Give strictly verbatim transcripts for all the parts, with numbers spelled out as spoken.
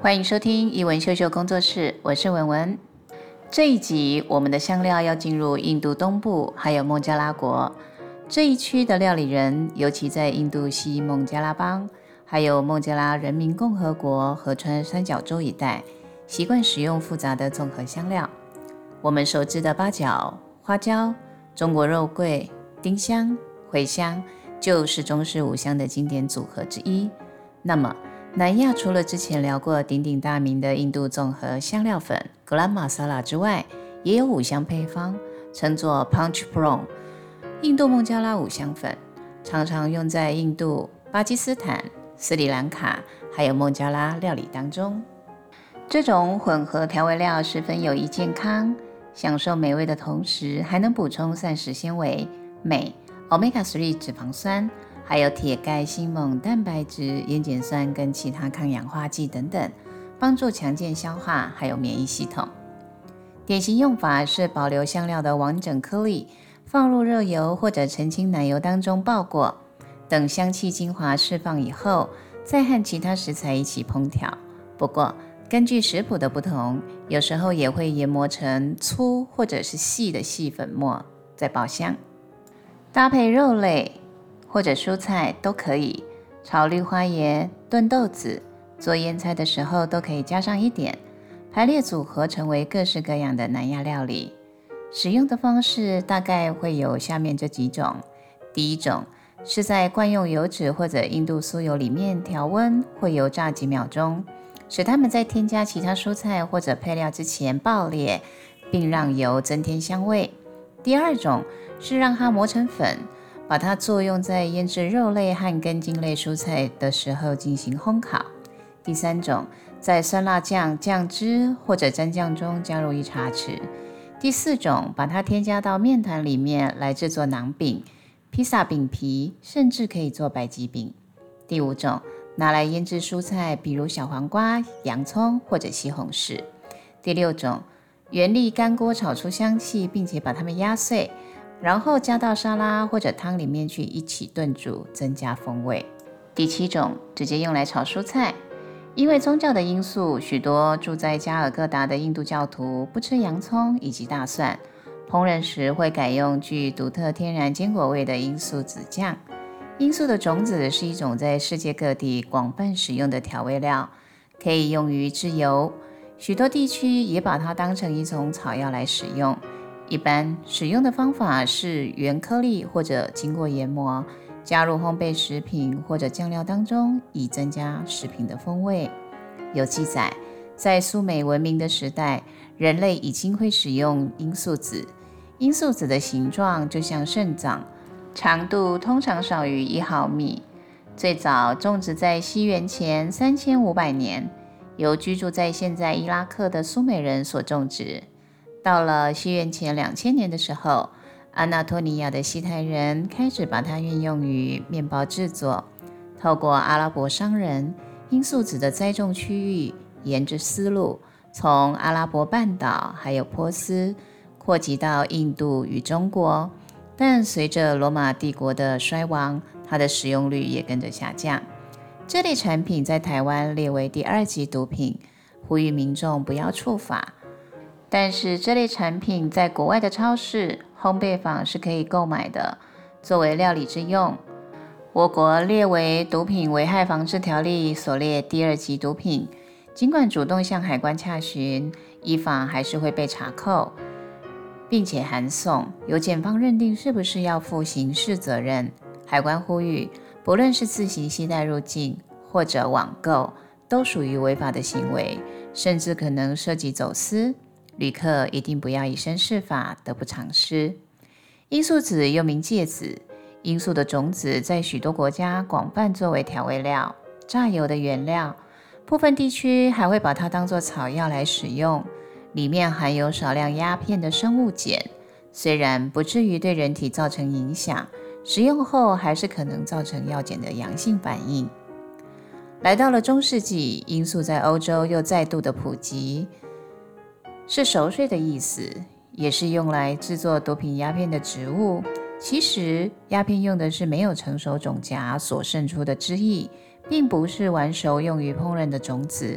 欢迎收听一文秀秀工作室，我是文文。这一集我们的香料要进入印度东部，还有孟加拉国这一区的料理人，尤其在印度西孟加拉邦，还有孟加拉人民共和国河川三角洲一带，习惯使用复杂的综合香料。我们熟知的八角、花椒、中国肉桂、丁香、茴香，就是中式五香的经典组合之一。那么南亚除了之前聊过鼎鼎大名的印度综合香料粉 Garam Masala 之外，也有五香配方，称作 Panch Pron。 印度孟加拉五香粉常常用在印度、巴基斯坦、斯里兰卡还有孟加拉料理当中。这种混合调味料十分有益健康，享受美味的同时还能补充膳食纤维、镁、Omega 三 脂肪酸，还有铁、钙、锌、锰、蛋白质、烟碱酸跟其他抗氧化剂等等，帮助强健消化还有免疫系统。典型用法是保留香料的完整颗粒，放入热油或者澄清奶油当中爆过，等香气精华释放以后，再和其他食材一起烹调。不过根据食谱的不同，有时候也会研磨成粗或者是细的细粉末再爆香。搭配肉类或者蔬菜都可以，炒绿花椰、炖豆子，做腌菜的时候都可以加上一点，排列组合成为各式各样的南亚料理。使用的方式大概会有下面这几种。第一种是在惯用油脂或者印度酥油里面调温或油炸几秒钟，使它们在添加其他蔬菜或者配料之前爆裂，并让油增添香味。第二种是让它磨成粉，把它作用在腌制肉类和根茎类蔬菜的时候进行烘烤。第三种，在酸辣酱、酱汁或者蘸酱中加入一茶匙。第四种，把它添加到面团里面来制作馕饼、披萨饼皮，甚至可以做白吉饼。第五种，拿来腌制蔬菜，比如小黄瓜、洋葱或者西红柿。第六种，原粒干锅炒出香气，并且把它们压碎，然后加到沙拉或者汤里面去一起炖煮，增加风味。第七种，直接用来炒蔬菜。因为宗教的因素，许多住在加尔各答的印度教徒不吃洋葱以及大蒜，烹饪时会改用具独特天然坚果味的罂粟籽酱。罂粟的种子是一种在世界各地广泛使用的调味料，可以用于制油，许多地区也把它当成一种草药来使用。一般使用的方法是原颗粒或者经过研磨，加入烘焙食品或者酱料当中，以增加食品的风味。有记载，在苏美文明的时代，人类已经会使用罂粟籽。罂粟籽的形状就像肾脏，长度通常少于一毫米。最早种植在西元前三千五百年，由居住在现在伊拉克的苏美人所种植。到了西元前两千年的时候，安纳托尼亚的希泰人开始把它运用于面包制作。透过阿拉伯商人，罂粟籽的栽种区域沿着丝路，从阿拉伯半岛还有波斯扩及到印度与中国。但随着罗马帝国的衰亡，它的使用率也跟着下降。这类产品在台湾列为第二级毒品，呼吁民众不要触法。但是这类产品在国外的超市、烘焙坊是可以购买的，作为料理之用。我国列为毒品危害防治条例所列第二级毒品，尽管主动向海关洽询，依法还是会被查扣，并且函送，由检方认定是不是要负刑事责任。海关呼吁，不论是自行携带入境或者网购，都属于违法的行为，甚至可能涉及走私。旅客一定不要以身试法，得不偿失。罂粟籽又名芥子，罂粟的种子在许多国家广泛作为调味料、榨油的原料，部分地区还会把它当作草药来使用。里面含有少量鸦片的生物碱，虽然不至于对人体造成影响，食用后还是可能造成药碱的阳性反应。来到了中世纪，罂粟在欧洲又再度的普及，是熟睡的意思，也是用来制作毒品鸦片的植物。其实鸦片用的是没有成熟种荚所渗出的汁液，并不是完熟用于烹饪的种子。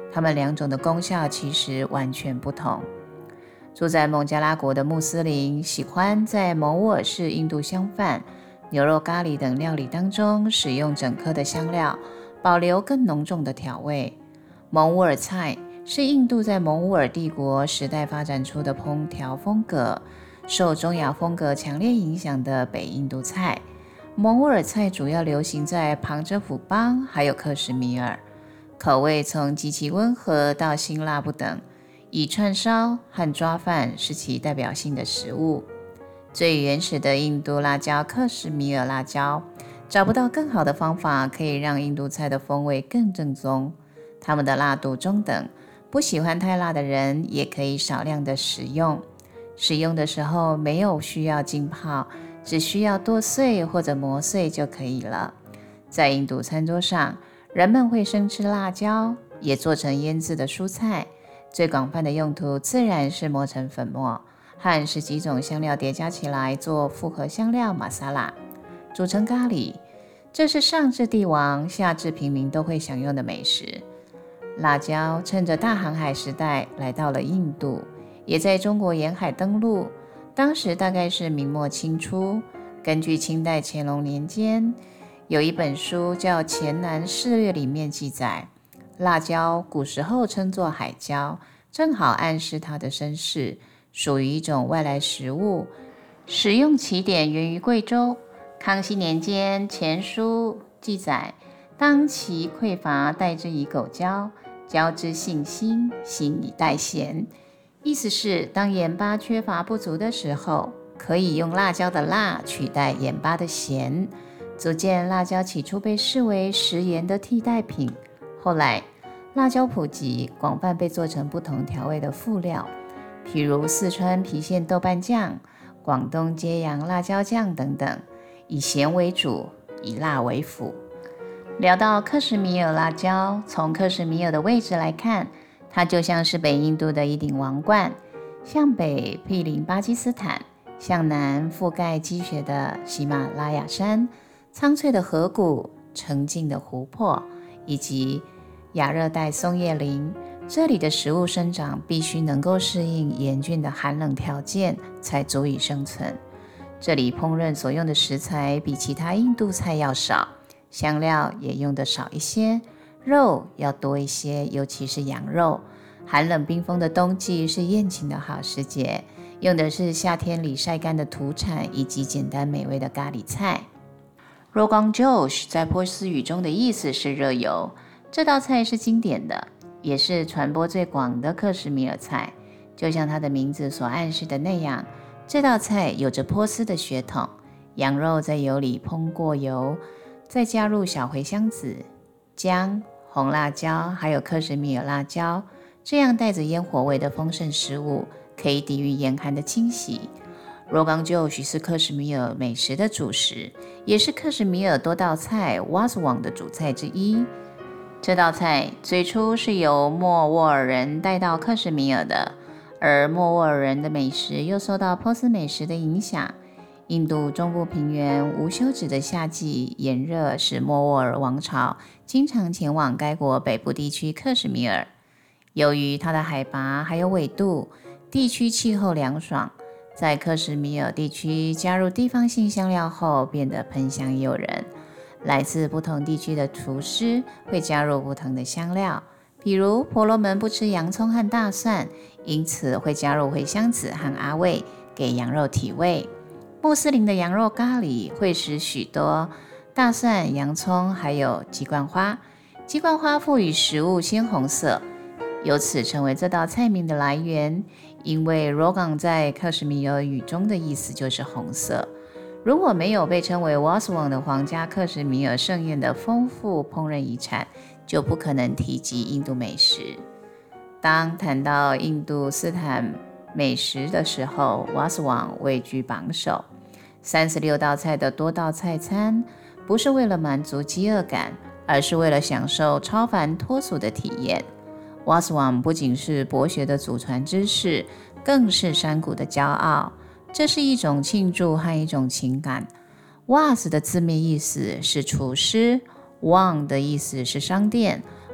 它们两种的功效其实完全不同。住在孟加拉国的穆斯林喜欢在蒙兀尔式印度香饭、牛肉咖喱等料理当中使用整颗的香料，保留更浓重的调味。蒙兀尔菜是印度在蒙兀尔帝国时代发展出的烹调风格，受中亚风格强烈影响的北印度菜。蒙兀尔菜主要流行在旁遮普邦还有克什米尔，口味从极其温和到辛辣不等，以串烧和抓饭是其代表性的食物。最原始的印度辣椒克什米尔辣椒，找不到更好的方法可以让印度菜的风味更正宗。它们的辣度中等，不喜欢太辣的人也可以少量的食用。使用的时候没有需要浸泡，只需要剁碎或者磨碎就可以了。在印度餐桌上，人们会生吃辣椒，也做成腌制的蔬菜。最广泛的用途自然是磨成粉末，和十几种香料叠加起来做复合香料玛莎拉，煮成咖喱。这是上至帝王，下至平民都会享用的美食。辣椒趁着大航海时代来到了印度，也在中国沿海登陆。当时大概是明末清初，根据清代乾隆年间有一本书叫《黔南事略》里面记载，辣椒古时候称作海椒，正好暗示它的身世，属于一种外来食物，使用起点源于贵州。康熙年间前书记载，当其匮乏，代之以狗椒，椒之性辛，辛以代咸。意思是当盐巴缺乏不足的时候，可以用辣椒的辣取代盐巴的咸。足见辣椒起初被视为食盐的替代品，后来辣椒普及，广泛被做成不同调味的副料，譬如四川郫县豆瓣酱、广东揭阳辣椒酱等等，以咸为主，以辣为辅。聊到克什米尔辣椒，从克什米尔的位置来看，它就像是北印度的一顶王冠，向北毗邻巴基斯坦，向南覆盖积雪的喜马拉雅山、苍翠的河谷、澄净的湖泊以及亚热带松叶林。这里的食物生长必须能够适应严峻的寒冷条件，才足以生存。这里烹饪所用的食材比其他印度菜要少，香料也用得少一些，肉要多一些，尤其是羊肉。寒冷冰封的冬季是宴请的好时节，用的是夏天里晒干的土产以及简单美味的咖喱菜。Rogan Josh 在波斯语中的意思是热油，这道菜是经典的，也是传播最广的克什米尔菜。就像它的名字所暗示的那样，这道菜有着波斯的血统。羊肉在油里烹过油，再加入小茴香籽、姜、红辣椒还有克什米尔辣椒，这样带着烟火味的丰盛食物可以抵御严寒的侵袭。Rogan Josh 是克什米尔美食的主食，也是克什米尔多道菜 Waswan 的主菜之一。这道菜最初是由莫卧尔人带到克什米尔的，而莫卧尔人的美食又受到波斯美食的影响。印度中部平原无休止的夏季炎热，使莫卧尔王朝经常前往该国北部地区克什米尔。由于它的海拔还有纬度，地区气候凉爽，在克什米尔地区加入地方性香料后变得喷香诱人。来自不同地区的厨师会加入不同的香料，比如婆罗门不吃洋葱和大蒜，因此会加入茴香籽和阿魏，给羊肉提味。穆斯林的羊肉咖喱会使许多大蒜、洋葱还有鸡冠花，鸡冠花赋予食物鲜红色，由此成为这道菜名的来源。因为 Rogan 在克什米尔语中的意思就是红色。如果没有被称为 Waswan 的皇家克什米尔盛宴的丰富烹饪遗产，就不可能提及印度美食。当谈到印度斯坦美食的时候， Waswan 位居榜首。三十六道菜的多道菜餐，不是为了满足饥饿感，而是为了享受超凡脱俗的体验。Waswan 不仅是博学的祖传知识，更是山谷的骄傲。这是一种庆祝和一种情感。Was 的字面意思是厨师，Wan 的意思是商店。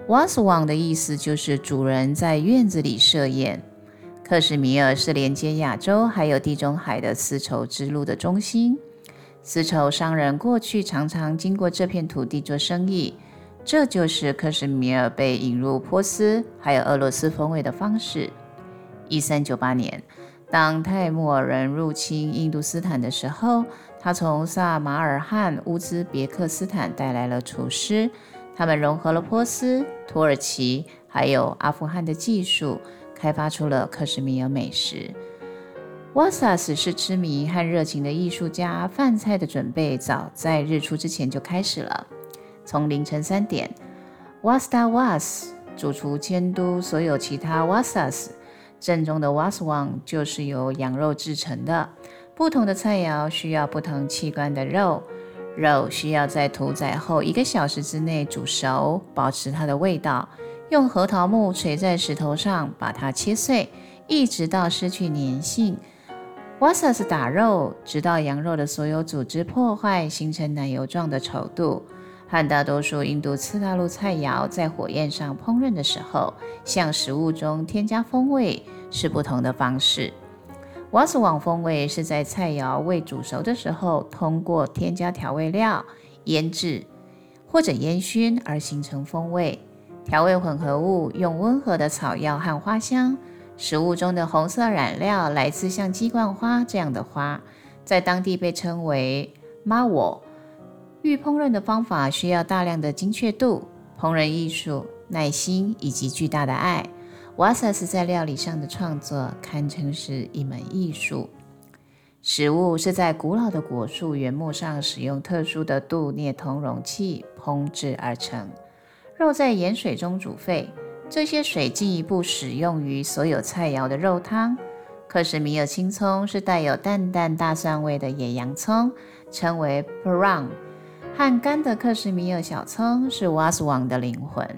Waswang 的意思就是主人在院子里设宴。克什米尔是连接亚洲还有地中海的丝绸之路的中心，丝绸商人过去常常经过这片土地做生意，这就是克什米尔被引入波斯还有俄罗斯风味的方式。一三九八年，当泰穆尔人入侵印度斯坦的时候，他从萨马尔罕、乌兹别克斯坦带来了厨师，他们融合了波斯、土耳其还有阿富汗的技术，开发出了克什米尔美食。Wasas 是痴迷和热情的艺术家，饭菜的准备早在日出之前就开始了。从凌晨三点 Wasta Was 主厨监督所有其他 Wasas， 正宗的 Waswang 就是由羊肉制成的。不同的菜肴需要不同器官的肉，肉需要在屠宰后一个小时之内煮熟，保持它的味道。用核桃木锤在石头上把它切碎，一直到失去粘性。Wasas 打肉，直到羊肉的所有组织破坏，形成奶油状的稠度。和大多数印度次大陆菜肴在火焰上烹饪的时候，向食物中添加风味是不同的方式。Waswang 风味是在菜肴未煮熟的时候，通过添加调味料、腌制或者烟熏而形成风味。调味混合物用温和的草药和花香，食物中的红色染料来自像鸡冠花这样的花，在当地被称为 Mawo。 预烹饪的方法需要大量的精确度、烹饪艺术、耐心以及巨大的爱。Wasas 在料理上的创作堪称是一门艺术。食物是在古老的果树原木上使用特殊的镀镍铜容器烹制而成。肉在盐水中煮沸，这些水进一步使用于所有菜肴的肉汤。克什米尔青葱是带有淡淡大蒜味的野洋葱，称为 Parang， 和干的克什米尔小葱是 Waswang 的灵魂。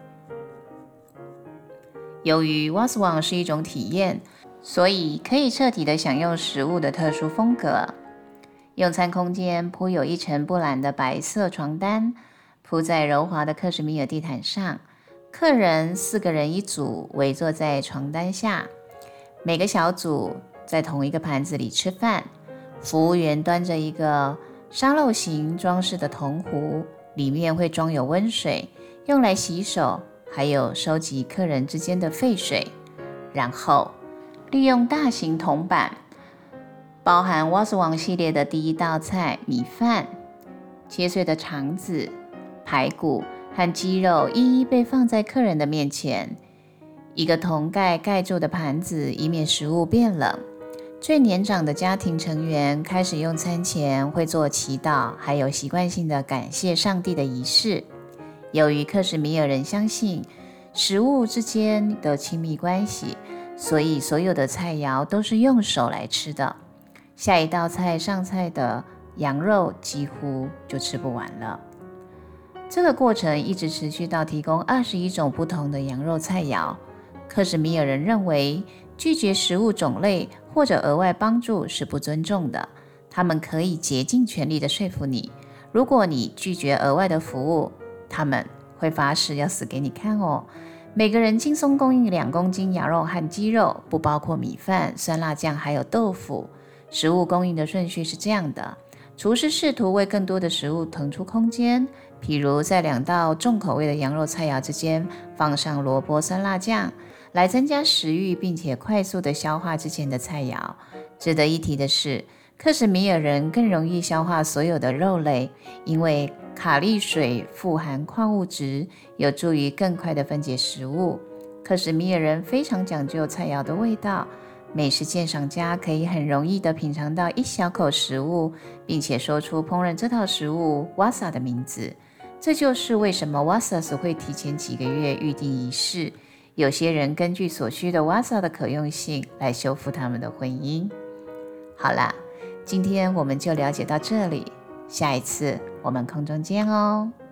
由于 Waswang 是一种体验，所以可以彻底的享用食物的特殊风格。用餐空间铺有一层不蓝的白色床单，铺在柔滑的克什米尔地毯上，客人四个人一组，围坐在床单下，每个小组在同一个盘子里吃饭。服务员端着一个沙漏形装饰的铜壶，里面会装有温水，用来洗手，还有收集客人之间的废水。然后利用大型铜板，包含 Waswang 系列的第一道菜米饭，切碎的肠子、排骨和鸡肉一一被放在客人的面前，一个铜盖盖住的盘子，以免食物变冷。最年长的家庭成员开始用餐前会做祈祷，还有习惯性的感谢上帝的仪式。由于克什米尔人相信食物之间的亲密关系，所以所有的菜肴都是用手来吃的。下一道菜上菜的羊肉几乎就吃不完了。这个过程一直持续到提供二十一种不同的羊肉菜肴。克什米尔人认为拒绝食物种类或者额外帮助是不尊重的，他们可以竭尽全力地说服你，如果你拒绝额外的服务，他们会发誓要死给你看哦。每个人轻松供应两公斤羊肉和鸡肉，不包括米饭、酸辣酱还有豆腐。食物供应的顺序是这样的：厨师试图为更多的食物腾出空间，譬如在两道重口味的羊肉菜肴之间放上萝卜酸辣酱，来增加食欲并且快速的消化之前的菜肴。值得一提的是，克什米尔人更容易消化所有的肉类，因为卡利水富含矿物质，有助于更快的分解食物。克什米尔人非常讲究菜肴的味道，美食鉴赏家可以很容易地品尝到一小口食物，并且说出烹饪这套食物 Wasa 的名字。这就是为什么 Wasas 会提前几个月预定仪式。有些人根据所需的 Wasa 的可用性来修复他们的婚姻。好啦，今天我们就了解到这里，下一次我们空中见哦。